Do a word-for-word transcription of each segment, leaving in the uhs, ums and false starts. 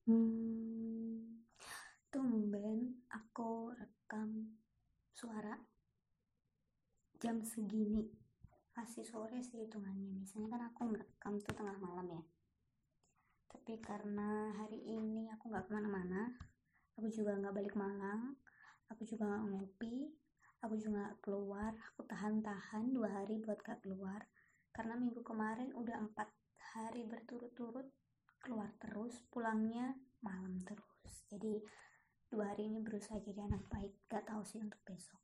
Hmm, tumben aku rekam suara jam segini. Masih sore sih hitungannya. Biasanya kan aku merekam tuh tengah malam ya. Tapi karena hari ini aku nggak kemana-mana, aku juga nggak balik Malang, aku juga nggak ngopi, aku juga nggak keluar. Aku tahan-tahan dua hari buat gak keluar. Karena minggu kemarin udah empat hari berturut-turut keluar terus, pulangnya malam terus. Jadi dua hari ini berusaha jadi anak baik. Gak tahu sih untuk besok.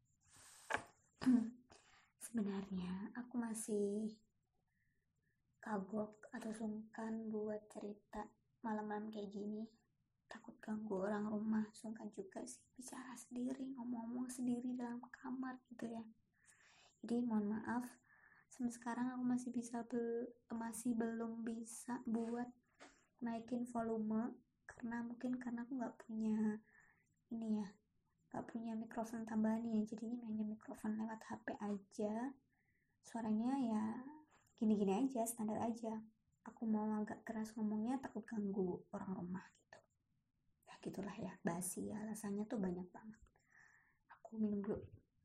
Sebenarnya aku masih kagok atau sungkan buat cerita malam-malam kayak gini. Takut ganggu orang rumah, sungkan juga sih bicara sendiri, ngomong-ngomong sendiri dalam kamar gitu ya. Jadi mohon maaf, sampai sekarang aku masih bisa be- masih belum bisa buat naikin volume, karena mungkin karena aku nggak punya ini ya, nggak punya mikrofon tambahan ya, jadinya hanya mikrofon lewat H P aja. Suaranya ya gini-gini aja, standar aja. Aku mau agak keras ngomongnya takut ganggu orang rumah gitu. Ya gitulah ya, basi ya, alasannya tuh banyak banget. Aku minum dulu.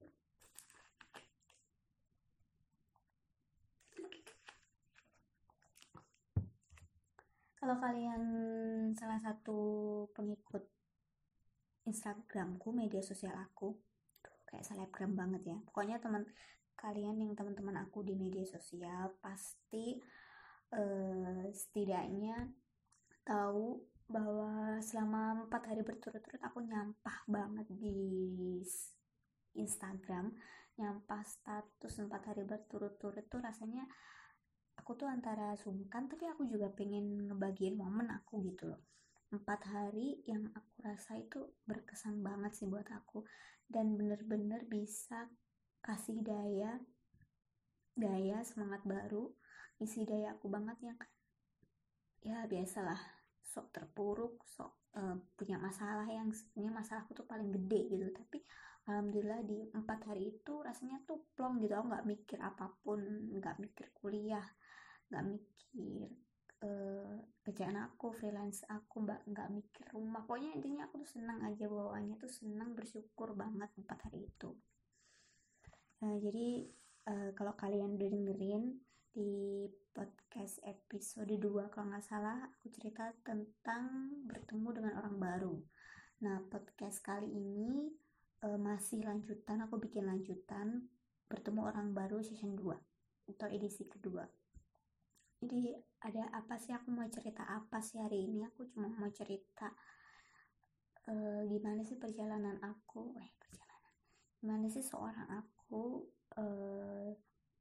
Kalau kalian salah satu pengikut Instagramku, media sosial aku, kayak selebgram banget ya. Pokoknya teman kalian yang teman-teman aku di media sosial pasti eh, setidaknya tahu bahwa selama empat hari berturut-turut aku nyampah banget di Instagram, nyampah status empat hari berturut-turut tuh rasanya aku tuh antara sungkan tapi aku juga pengen ngebagiin momen aku gitu loh. Empat hari yang aku rasa itu berkesan banget sih buat aku, dan bener-bener bisa kasih daya daya semangat baru, isi daya aku banget yang ya biasalah, sok terpuruk, sok uh, punya masalah yang sebenarnya masalah aku tuh paling gede gitu. Tapi alhamdulillah di empat hari itu rasanya tuh plong gitu. Aku nggak mikir apapun, nggak mikir kuliah, nggak mikir uh, kerjaan aku, freelance aku, mbak nggak mikir rumah. Pokoknya intinya aku tuh senang aja, bawaannya tuh senang, bersyukur banget empat hari itu. Nah, jadi uh, kalau kalian udah dengerin di podcast episode dua kalau nggak salah, aku cerita tentang bertemu dengan orang baru. Nah, podcast kali ini uh, masih lanjutan, aku bikin lanjutan bertemu orang baru season dua atau edisi kedua. Jadi ada apa sih, aku mau cerita apa sih hari ini? Aku cuma mau cerita uh, gimana sih perjalanan aku, eh perjalanan, gimana sih seorang aku uh,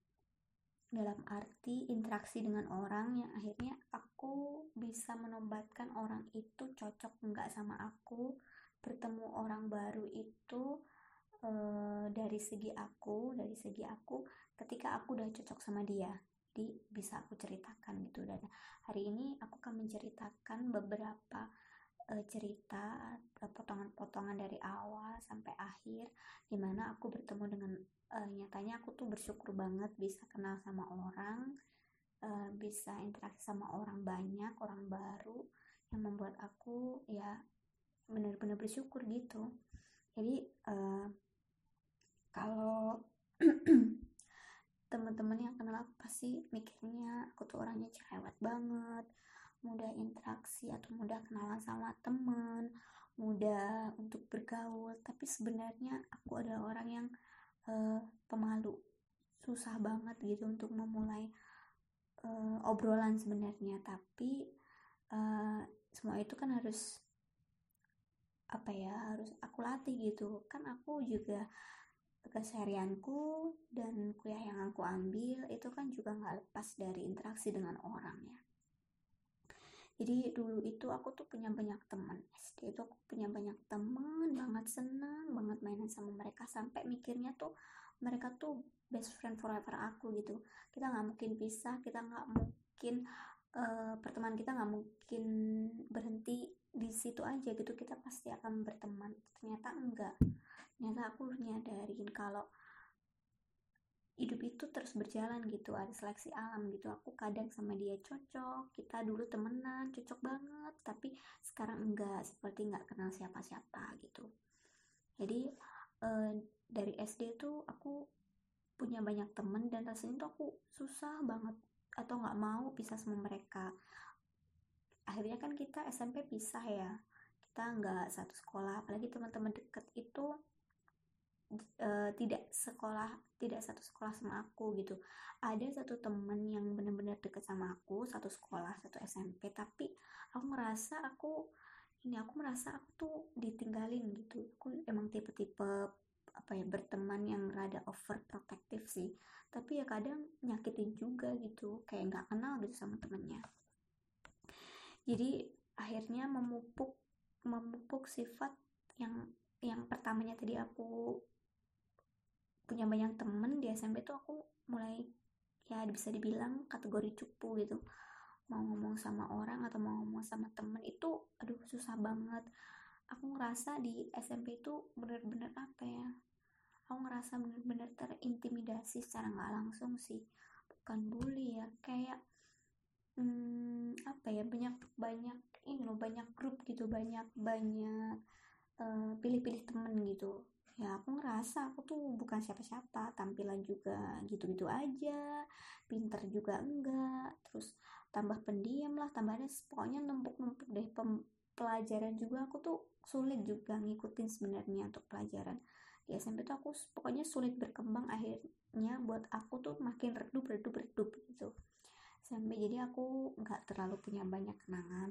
dalam arti interaksi dengan orang yang akhirnya aku bisa menobatkan orang itu cocok enggak sama aku, bertemu orang baru itu e, dari segi aku dari segi aku ketika aku udah cocok sama dia. Jadi bisa aku ceritakan gitu. Dan hari ini aku akan menceritakan beberapa e, cerita, potongan-potongan dari awal sampai akhir, dimana aku bertemu dengan uh, nyatanya aku tuh bersyukur banget bisa kenal sama orang, uh, bisa interaksi sama orang banyak, orang baru, yang membuat aku ya benar-benar bersyukur gitu. Jadi uh, kalau teman-teman yang kenal aku pasti mikirnya aku tuh orangnya cerewet banget, mudah interaksi atau mudah kenalan sama teman, mudah untuk bergaul. Tapi sebenarnya aku adalah orang yang uh, pemalu, susah banget gitu untuk memulai uh, obrolan sebenarnya. Tapi uh, semua itu kan harus apa ya, harus aku latih gitu kan. Aku juga keseharianku dan kuliah yang aku ambil itu kan juga nggak lepas dari interaksi dengan orang ya. Jadi dulu itu aku tuh punya banyak teman, S D itu aku punya banyak teman banget, senang banget mainan sama mereka, sampai mikirnya tuh mereka tuh best friend forever aku gitu. Kita nggak mungkin pisah, kita nggak mungkin uh, pertemanan kita nggak mungkin berhenti di situ aja gitu, kita pasti akan berteman. Ternyata enggak, ternyata aku nyadarin kalau hidup itu terus berjalan gitu, ada seleksi alam gitu. Aku kadang sama dia cocok, kita dulu temenan cocok banget, tapi sekarang enggak, seperti nggak kenal siapa-siapa gitu. Jadi eh, dari S D tuh aku punya banyak temen, dan rasanya tuh aku susah banget atau nggak mau pisah sama mereka. Akhirnya kan kita S M P pisah ya, kita nggak satu sekolah, apalagi teman-teman deket itu uh, tidak sekolah, tidak satu sekolah sama aku gitu. Ada satu temen yang benar-benar deket sama aku, satu sekolah, satu S M P, tapi aku ngerasa aku ini aku merasa aku tuh ditinggalin gitu. Aku emang tipe-tipe apa ya, berteman yang rada overprotective sih, tapi ya kadang nyakitin juga gitu, kayak nggak kenal gitu sama temennya. Jadi akhirnya memupuk memupuk sifat yang yang pertamanya tadi aku punya banyak temen di S M P tuh, aku mulai ya bisa dibilang kategori cupu gitu. Mau ngomong sama orang atau mau ngomong sama temen itu aduh susah banget. Aku ngerasa di S M P itu bener-bener apa ya, aku ngerasa bener-bener terintimidasi secara nggak langsung sih, bukan bully ya, kayak hmm, apa ya, banyak banyak ini loh, banyak grup gitu, banyak banyak uh, pilih-pilih temen gitu. Ya aku ngerasa aku tuh bukan siapa-siapa, tampilan juga gitu-gitu aja, pinter juga enggak, terus tambah pendiam lah, tambahnya pokoknya numpuk-numpuk deh. Pem- pelajaran juga aku tuh sulit juga ngikutin sebenarnya untuk pelajaran. Di S M P tuh aku pokoknya sulit berkembang, akhirnya buat aku tuh makin redup redup redup gitu sampai jadi aku nggak terlalu punya banyak kenangan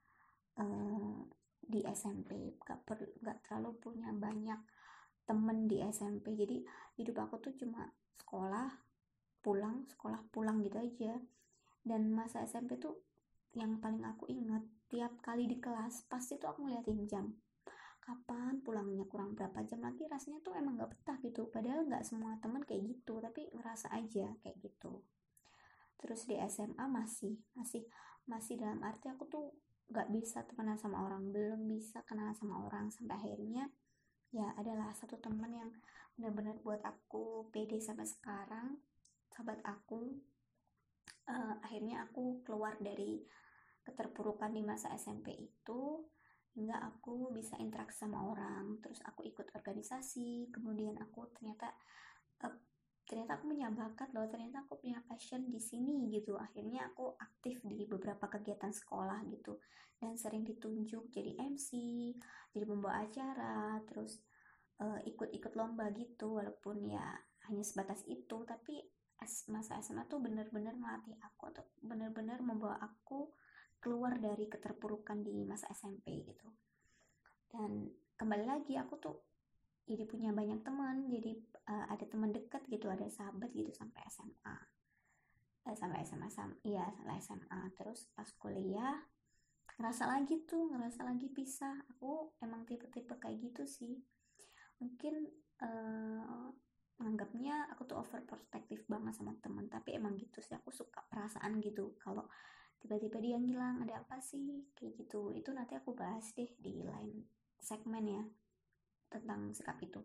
uh, di S M P, nggak per nggak terlalu punya banyak temen di S M P. Jadi hidup aku tuh cuma sekolah pulang sekolah pulang gitu aja. Dan masa S M P tuh yang paling aku ingat, tiap kali di kelas pasti tuh aku ngeliatin jam, kapan pulangnya, kurang berapa jam lagi, rasanya tuh emang nggak betah gitu, padahal nggak semua temen kayak gitu, tapi ngerasa aja kayak gitu. Terus di S M A masih masih masih dalam arti aku tuh nggak bisa temenan sama orang, belum bisa kenal sama orang, sampai akhirnya ya adalah satu teman yang benar-benar buat aku pede sampai sekarang, sahabat aku. Uh, akhirnya aku keluar dari keterpurukan di masa S M P itu, hingga aku bisa interaksi sama orang, terus aku ikut organisasi, kemudian aku ternyata uh, ternyata aku punya bakat loh, ternyata aku punya passion di sini gitu. Akhirnya aku aktif di beberapa kegiatan sekolah gitu, dan sering ditunjuk jadi M C, jadi pembawa acara, terus uh, ikut-ikut lomba gitu, walaupun ya hanya sebatas itu, tapi masa S M A tuh bener-bener melatih aku, tuh bener-bener membawa aku keluar dari keterpurukan di masa S M P gitu. Dan kembali lagi aku tuh jadi punya banyak teman, jadi uh, ada teman dekat gitu, ada sahabat gitu sampai S M A, uh, sampai S M A sam iya sampai S M A. Terus pas kuliah ngerasa lagi tuh ngerasa lagi pisah. Aku emang tipe-tipe kayak gitu sih, mungkin uh, menganggapnya aku tuh overprotective banget sama teman, tapi emang gitu sih, aku suka perasaan gitu kalau tiba-tiba dia ngilang, ada apa sih kayak gitu. Itu nanti aku bahas deh di lain segmen ya tentang sikap itu.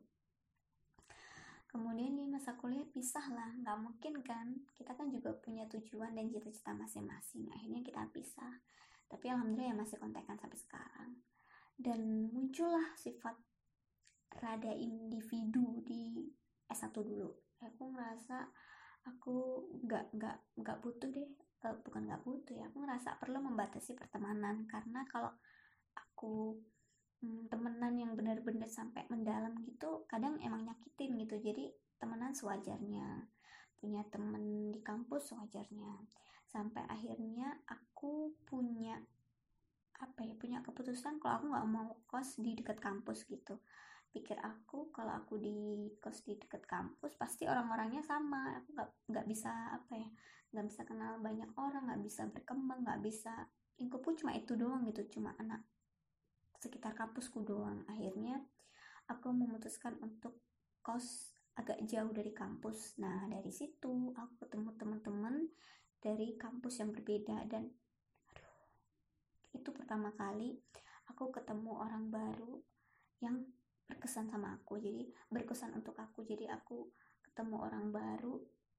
Kemudian di masa kuliah pisah lah, nggak mungkin kan, kita kan juga punya tujuan dan cita-cita masing-masing, akhirnya kita pisah. Tapi alhamdulillah ya masih kontekan sampai sekarang. Dan muncullah sifat rada individu di S satu dulu. Aku ngerasa aku nggak nggak nggak butuh deh, uh, bukan nggak butuh ya, aku ngerasa perlu membatasi pertemanan, karena kalau aku hmm, temenan yang benar-benar sampai mendalam gitu kadang emang nyakitin gitu. Jadi temenan sewajarnya, punya temen di kampus sewajarnya, sampai akhirnya aku punya apa ya, punya keputusan kalau aku nggak mau kos di dekat kampus gitu. Pikir aku kalau aku di kos di dekat kampus pasti orang-orangnya sama, aku nggak nggak bisa apa ya, nggak bisa kenal banyak orang, nggak bisa berkembang, nggak bisa, lingkupku cuma itu doang gitu, cuma anak sekitar kampusku doang. Akhirnya aku memutuskan untuk kos agak jauh dari kampus. Nah dari situ aku ketemu teman-teman dari kampus yang berbeda, dan aduh, itu pertama kali aku ketemu orang baru yang berkesan sama aku, jadi berkesan untuk aku. Jadi aku ketemu orang baru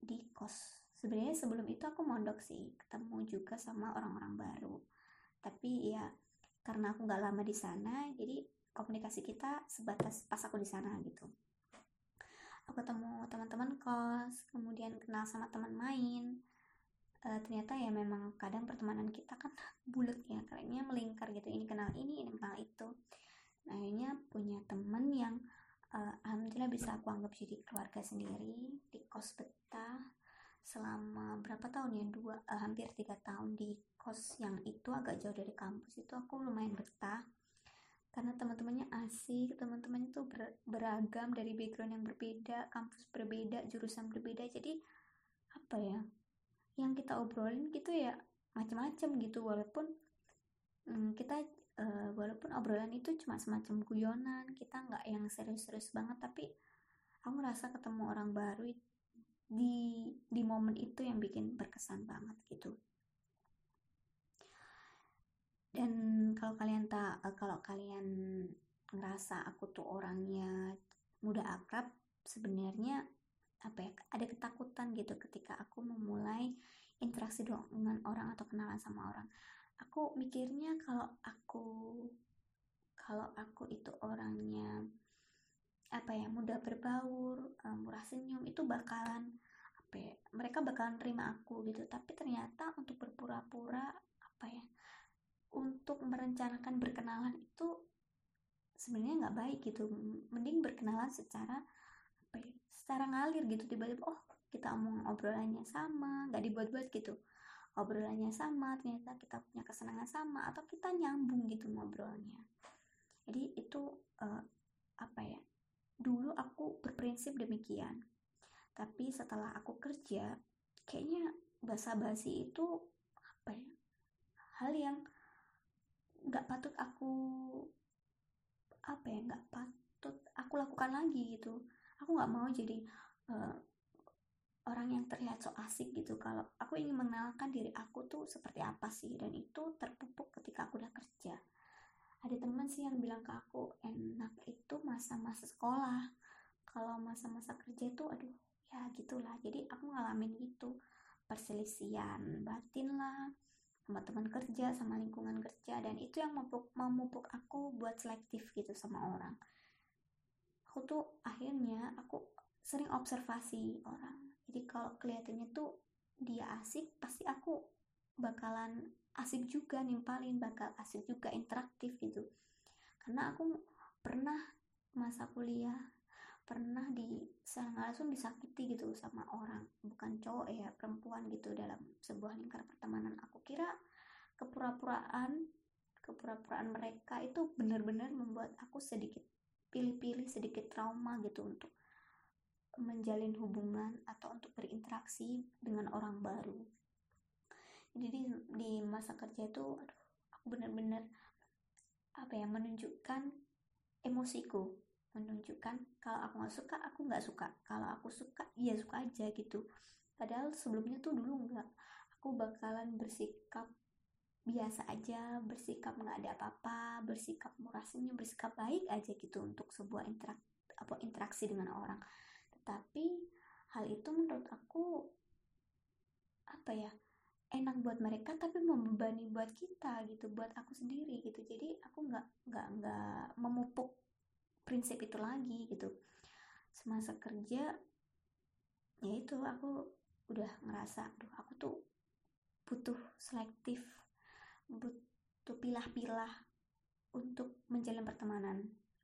di kos. Sebenarnya sebelum itu aku mondok sih, ketemu juga sama orang-orang baru, tapi ya karena aku nggak lama di sana, jadi komunikasi kita sebatas pas aku di sana gitu. Aku ketemu teman-teman kos, kemudian kenal sama teman main. Uh, ternyata ya memang kadang pertemanan kita kan bulat ya, kayaknya melingkar gitu, ini kenal ini, ini kenal itu. Nah, akhirnya punya temen yang uh, alhamdulillah bisa aku anggap jadi keluarga sendiri di kos betah selama berapa tahun ya, dua uh, hampir tiga tahun di kos yang itu agak jauh dari kampus. Itu aku lumayan betah karena teman-temannya asik, teman-temannya tuh ber- beragam dari background yang berbeda, kampus berbeda, jurusan berbeda. Jadi apa ya, yang kita obrolin gitu ya macam-macam gitu, walaupun hmm, kita uh, walaupun obrolan itu cuma semacam guyonan, kita nggak yang serius-serius banget, tapi aku ngerasa ketemu orang baru di di momen itu yang bikin berkesan banget gitu. Dan kalau kalian tak kalau kalian ngerasa aku tuh orangnya mudah akrab, sebenarnya apa ya, ada ketakutan gitu ketika aku memulai interaksi dengan orang atau kenalan sama orang. Aku mikirnya kalau aku kalau aku itu orangnya apa ya, mudah berbaur, murah senyum, itu bakalan apa ya, mereka bakalan terima aku gitu. Tapi ternyata untuk berpura-pura apa ya, untuk merencanakan berkenalan itu sebenarnya nggak baik gitu. Mending berkenalan secara apa ya, secara ngalir gitu, tiba-tiba oh kita omong obrolannya sama, nggak dibuat-buat gitu, obrolannya sama, ternyata kita punya kesenangan sama, atau kita nyambung gitu ngobrolnya. Jadi itu uh, apa ya, dulu aku berprinsip demikian, tapi setelah aku kerja kayaknya basa-basi itu apa ya, hal yang nggak patut aku apa ya nggak patut aku lakukan lagi gitu. Aku nggak mau jadi uh, orang yang terlihat so asik gitu. Kalau aku ingin mengenalkan diri aku tuh seperti apa sih, dan itu terpupuk ketika aku udah kerja. Ada teman sih yang bilang ke aku, enak itu masa-masa sekolah, kalau masa-masa kerja itu aduh ya gitulah. Jadi aku ngalamin gitu, perselisihan batin lah sama teman kerja, sama lingkungan kerja, dan itu yang memupuk, memupuk aku buat selektif gitu sama orang. Aku tuh akhirnya aku sering observasi orang, jadi kalau kelihatannya tuh dia asik, pasti aku bakalan asik juga nimpalin, bakal asik juga interaktif gitu. Karena aku pernah masa kuliah pernah di secara langsung disakiti gitu sama orang, bukan cowok ya, perempuan gitu, dalam sebuah lingkar pertemanan. Aku kira kepura-puraan kepura-puraan mereka itu benar-benar membuat aku sedikit pilih-pilih, sedikit trauma gitu untuk menjalin hubungan atau untuk berinteraksi dengan orang baru. Jadi di, di masa kerja itu aduh, aku benar-benar apa ya, menunjukkan emosiku, menunjukkan kalau aku nggak suka, aku nggak suka, kalau aku suka ya suka aja gitu. Padahal sebelumnya tuh dulu nggak, aku bakalan bersikap biasa aja, bersikap nggak ada apa-apa, bersikap murah senyum, bersikap baik aja gitu untuk sebuah interak apa interaksi dengan orang. Tetapi hal itu menurut aku apa ya, enak buat mereka tapi membebani buat kita gitu, buat aku sendiri gitu. Jadi aku nggak nggak nggak memupuk prinsip itu lagi gitu. Semasa kerja ya itu aku udah ngerasa aduh aku tuh butuh selektif, butuh pilah-pilah untuk menjalin pertemanan.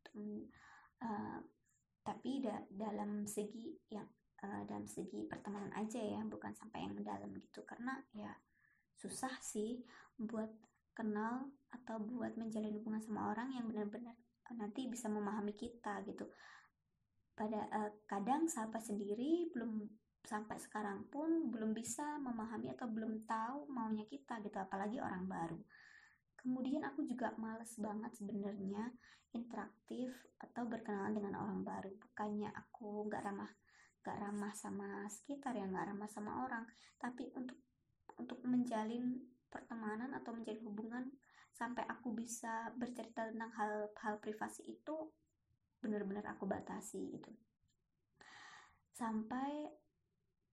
Uh, tapi da- dalam segi yang uh, dalam segi pertemanan aja ya, bukan sampai yang mendalam gitu, karena ya susah sih buat kenal atau buat menjalin hubungan sama orang yang benar-benar nanti bisa memahami kita gitu. Pada uh, kadang sahabat sendiri belum, sampai sekarang pun belum bisa memahami atau belum tahu maunya kita gitu, apalagi orang baru. Kemudian aku juga males banget sebenarnya interaktif atau berkenalan dengan orang baru. Bukannya aku nggak ramah nggak ramah sama sekitar ya, nggak ramah sama orang, tapi untuk untuk menjalin pertemanan atau menjalin hubungan sampai aku bisa bercerita tentang hal-hal privasi itu benar-benar aku batasi gitu. Sampai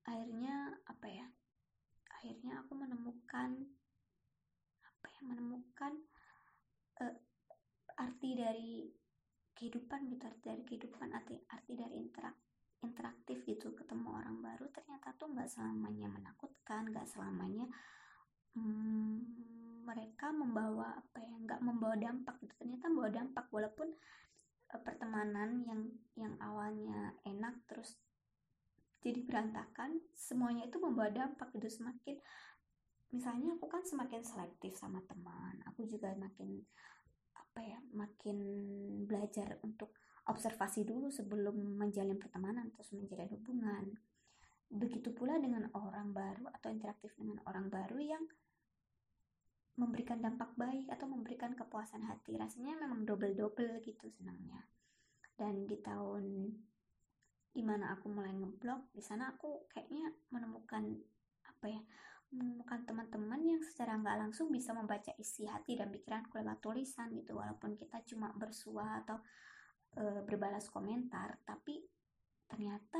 akhirnya apa ya akhirnya aku menemukan apa ya menemukan uh, arti dari kehidupan gitu, arti dari kehidupan, arti arti dari interak interaktif gitu, ketemu orang baru ternyata tuh nggak selamanya menakutkan, nggak selamanya hmm, mereka membawa apa ya nggak membawa dampak gitu, ternyata membawa dampak. Walaupun uh, pertemanan yang yang awalnya enak terus jadi berantakan, semuanya itu membawa dampak gitu. Semakin misalnya aku kan semakin selektif sama teman, aku juga makin apa ya makin belajar untuk observasi dulu sebelum menjalin pertemanan terus menjalin hubungan. Begitu pula dengan orang baru atau interaktif dengan orang baru yang memberikan dampak baik atau memberikan kepuasan hati, rasanya memang double-double gitu senangnya. Dan di tahun dimana aku mulai ngeblog, di sana aku kayaknya menemukan apa ya menemukan teman-teman yang secara nggak langsung bisa membaca isi hati dan pikiranku lewat tulisan gitu, walaupun kita cuma bersua atau e, berbalas komentar, tapi ternyata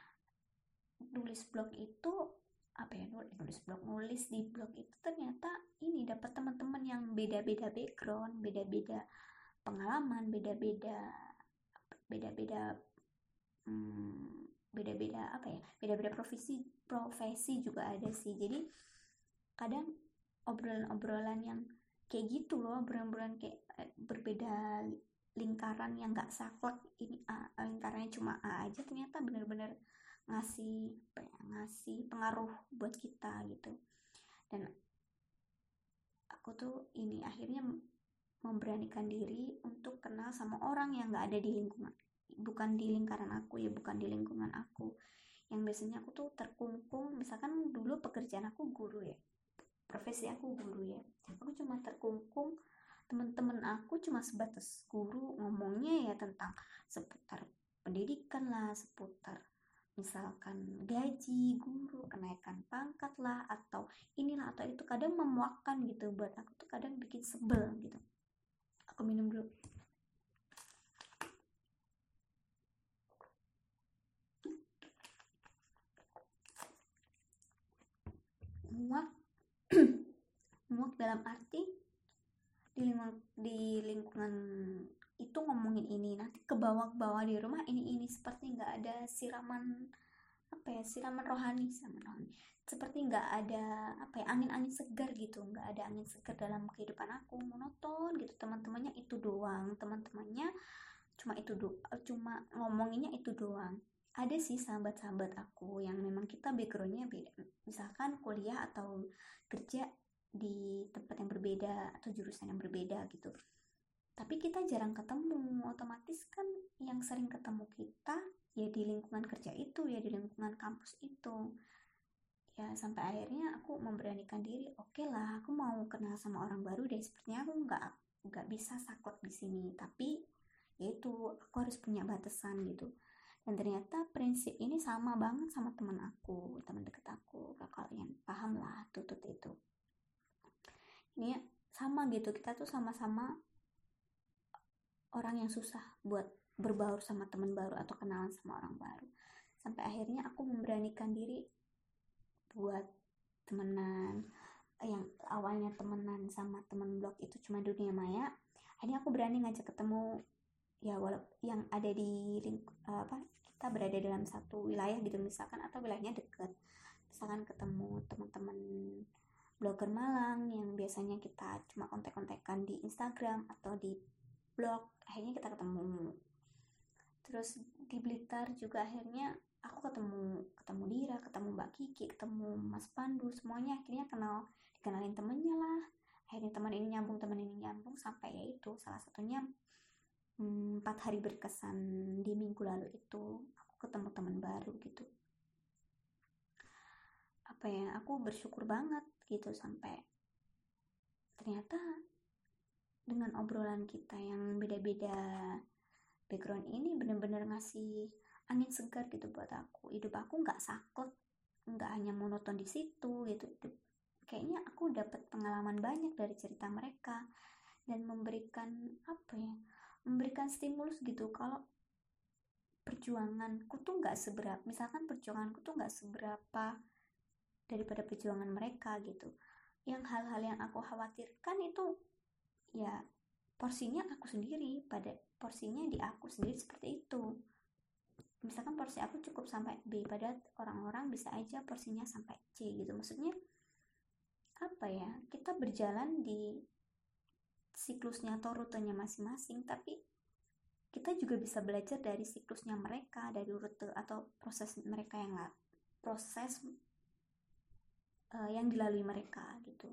nulis blog itu apa ya nulis blog nulis di blog itu ternyata ini dapat teman-teman yang beda-beda background, beda-beda pengalaman, beda-beda beda-beda hmm, beda-beda apa ya beda-beda profesi profesi juga ada sih. Jadi kadang obrolan-obrolan yang kayak gitu loh, obrolan-obrolan kayak eh, berbeda lingkaran yang nggak saklek ini A, lingkarannya cuma A aja, ternyata bener-bener ngasih apa ya, ngasih pengaruh buat kita gitu. Dan aku tuh ini akhirnya memberanikan diri untuk kenal sama orang yang nggak ada di lingkungan, bukan di lingkaran aku ya, bukan di lingkungan aku. Yang biasanya aku tuh terkungkung, misalkan dulu pekerjaan aku guru ya, profesi aku guru ya, aku cuma terkungkung, teman-teman aku cuma sebatas guru, ngomongnya ya tentang seputar pendidikan lah, seputar misalkan gaji guru, kenaikan pangkat lah, atau inilah atau itu, kadang memuakkan gitu buat aku tuh, kadang bikin sebel gitu. Aku minum dulu. Muak muak dalam arti di lingkungan di lingkungan itu ngomongin ini, nanti ke bawah ke bawah di rumah ini ini seperti nggak ada siraman apa ya siraman rohani siraman rohani seperti nggak ada apa ya angin-angin segar gitu, nggak ada angin segar dalam kehidupan aku, monoton gitu, teman-temannya itu doang, teman-temannya cuma itu do cuma ngomonginnya itu doang. Ada sih sahabat-sahabat aku yang memang kita backgroundnya beda, misalkan kuliah atau kerja di tempat yang berbeda atau jurusan yang berbeda gitu, tapi kita jarang ketemu, otomatis kan yang sering ketemu kita ya di lingkungan kerja itu, ya di lingkungan kampus itu. Ya sampai akhirnya aku memberanikan diri, oke okay lah aku mau kenal sama orang baru deh, sepertinya aku nggak nggak bisa saklek di sini, tapi yaitu aku harus punya batasan gitu. Dan ternyata prinsip ini sama banget sama teman aku, teman dekat aku, kalau kalian paham lah tutut itu. Ini sama gitu, kita tuh sama-sama orang yang susah buat berbaur sama teman baru atau kenalan sama orang baru. Sampai akhirnya aku memberanikan diri buat temenan, yang awalnya temenan sama temen blog itu cuma dunia maya, akhirnya aku berani ngajak ketemu ya, walaupun yang ada di link, apa kita berada dalam satu wilayah gitu misalkan, atau wilayahnya deket, misalkan ketemu teman-teman blogger Malang yang biasanya kita cuma kontek-kontekan di Instagram atau di blog, akhirnya kita ketemu. Terus di Blitar juga akhirnya aku ketemu ketemu Dira, ketemu Mbak Kiki, ketemu Mas Pandu, semuanya akhirnya kenal, dikenalin temennya lah, akhirnya teman ini nyambung teman ini nyambung sampai ya itu salah satunya hmm, empat hari berkesan di minggu lalu itu aku ketemu teman baru gitu. Apa ya aku bersyukur banget gitu, sampai ternyata dengan obrolan kita yang beda-beda background ini benar-benar ngasih angin segar gitu buat aku. Hidup aku nggak saklek, nggak hanya monoton di situ gitu. Kayaknya aku dapat pengalaman banyak dari cerita mereka dan memberikan apa ya, memberikan stimulus gitu. Kalau perjuanganku tuh nggak seberapa, misalkan perjuanganku tuh nggak seberapa daripada perjuangan mereka gitu. Yang hal-hal yang aku khawatirkan itu ya porsinya aku sendiri, pada porsinya di aku sendiri seperti itu. Misalkan porsi aku cukup sampai B, padahal orang-orang bisa aja porsinya sampai C gitu. Maksudnya apa ya, kita berjalan di siklusnya atau rutenya masing-masing, tapi kita juga bisa belajar dari siklusnya mereka, dari rute atau proses mereka yang proses uh, yang dilalui mereka gitu.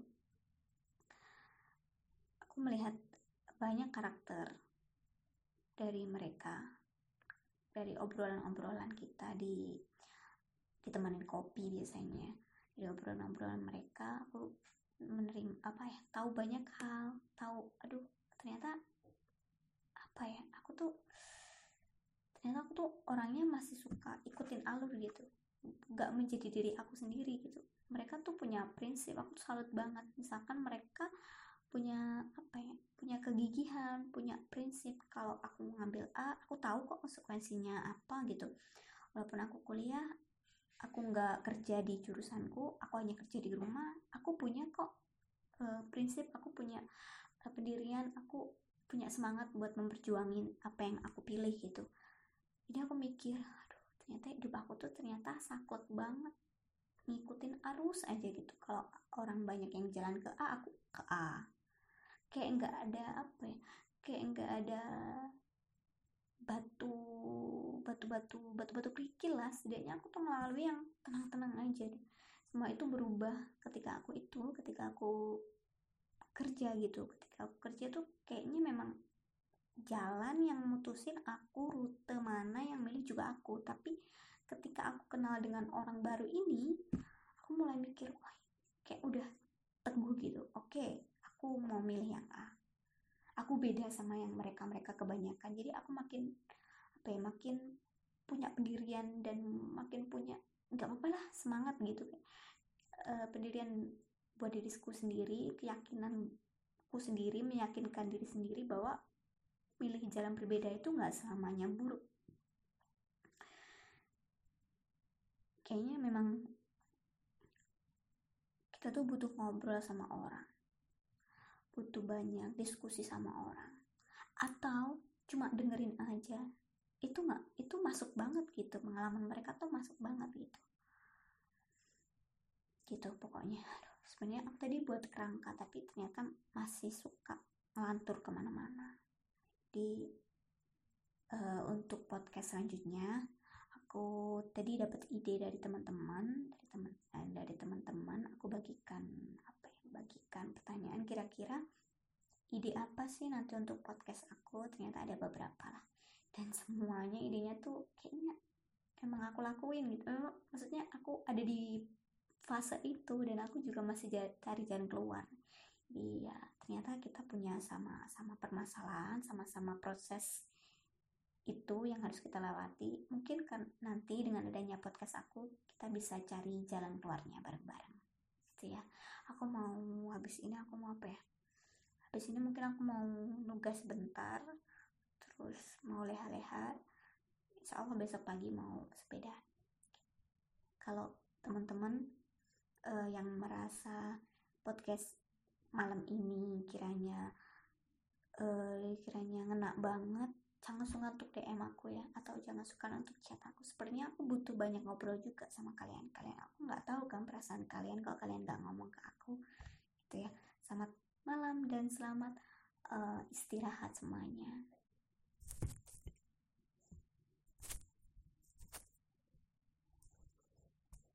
Aku melihat banyak karakter dari mereka, dari obrolan-obrolan kita di ditemanin kopi biasanya. Dari obrolan-obrolan mereka aku menerima apa ya, tahu banyak hal, tahu aduh ternyata apa ya, aku tuh ternyata aku tuh orangnya masih suka ikutin alur gitu, gak menjadi diri aku sendiri gitu. Mereka tuh punya prinsip, aku tuh salut banget. Misalkan mereka punya apa ya, punya kegigihan, punya prinsip. Kalau aku ngambil A, aku tahu kok konsekuensinya apa gitu. Walaupun aku kuliah, aku nggak kerja di jurusanku, aku hanya kerja di rumah, aku punya kok uh, prinsip, aku punya uh, pendirian, aku punya semangat buat memperjuangin apa yang aku pilih gitu. Jadi aku mikir, aduh ternyata hidup aku tuh ternyata saklek banget, ngikutin arus aja gitu. Kalau orang banyak yang jalan ke A, aku ke A. Kayak nggak ada apa ya, kayak nggak ada batu batu batu batu batu kerikil lah. Setidaknya aku tuh melalui yang tenang-tenang aja deh. Semua itu berubah ketika aku itu ketika aku kerja gitu. Ketika aku kerja tuh kayaknya memang jalan yang mutusin aku, rute mana yang milih juga aku. Tapi ketika aku kenal dengan orang baru ini, aku mulai mikir, wah kayak udah teguh gitu. Oke, aku mau milih yang A. Aku beda sama yang mereka-mereka kebanyakan. Jadi aku makin apa ya, makin punya pendirian dan makin punya nggak apa-apa lah, semangat gitu. E, pendirian buat diriku sendiri, keyakinanku sendiri, meyakinkan diri sendiri bahwa pilih jalan berbeda itu nggak selamanya buruk. Kayaknya memang kita tuh butuh ngobrol sama orang, butuh banyak diskusi sama orang, atau cuma dengerin aja. Itu nggak, itu masuk banget gitu, pengalaman mereka tuh masuk banget gitu. Gitu pokoknya. Aduh, sebenarnya aku tadi buat kerangka, tapi ternyata masih suka ngelantur kemana-mana. Di uh, untuk podcast selanjutnya, aku tadi dapat ide dari teman-teman, dari teman eh, dari teman-teman, aku bagikan apa ya, bagikan pertanyaan, kira-kira ide apa sih nanti untuk podcast aku. Ternyata ada beberapa lah, dan semuanya idenya tuh kayaknya emang aku lakuin gitu. Maksudnya aku ada di fase itu dan aku juga masih cari jalan keluar. Iya, ternyata kita punya sama-sama permasalahan, sama-sama proses itu yang harus kita lewati. Mungkin kan nanti dengan adanya podcast aku, kita bisa cari jalan keluarnya bareng-bareng gitu ya. Aku mau habis ini aku mau apa ya, habis ini mungkin aku mau nugas bentar, terus mau leha-leha. Insya Allah besok pagi mau sepeda. Kalau teman-teman uh, yang merasa podcast malam ini kiranya uh, kiranya ngena banget, jangan suka untuk D M aku ya, atau jangan suka untuk chat aku. Sepertinya aku butuh banyak ngobrol juga sama kalian. Kalian aku nggak tahu kan perasaan kalian kalau kalian nggak ngomong ke aku gitu ya. Selamat malam dan selamat uh, istirahat semuanya.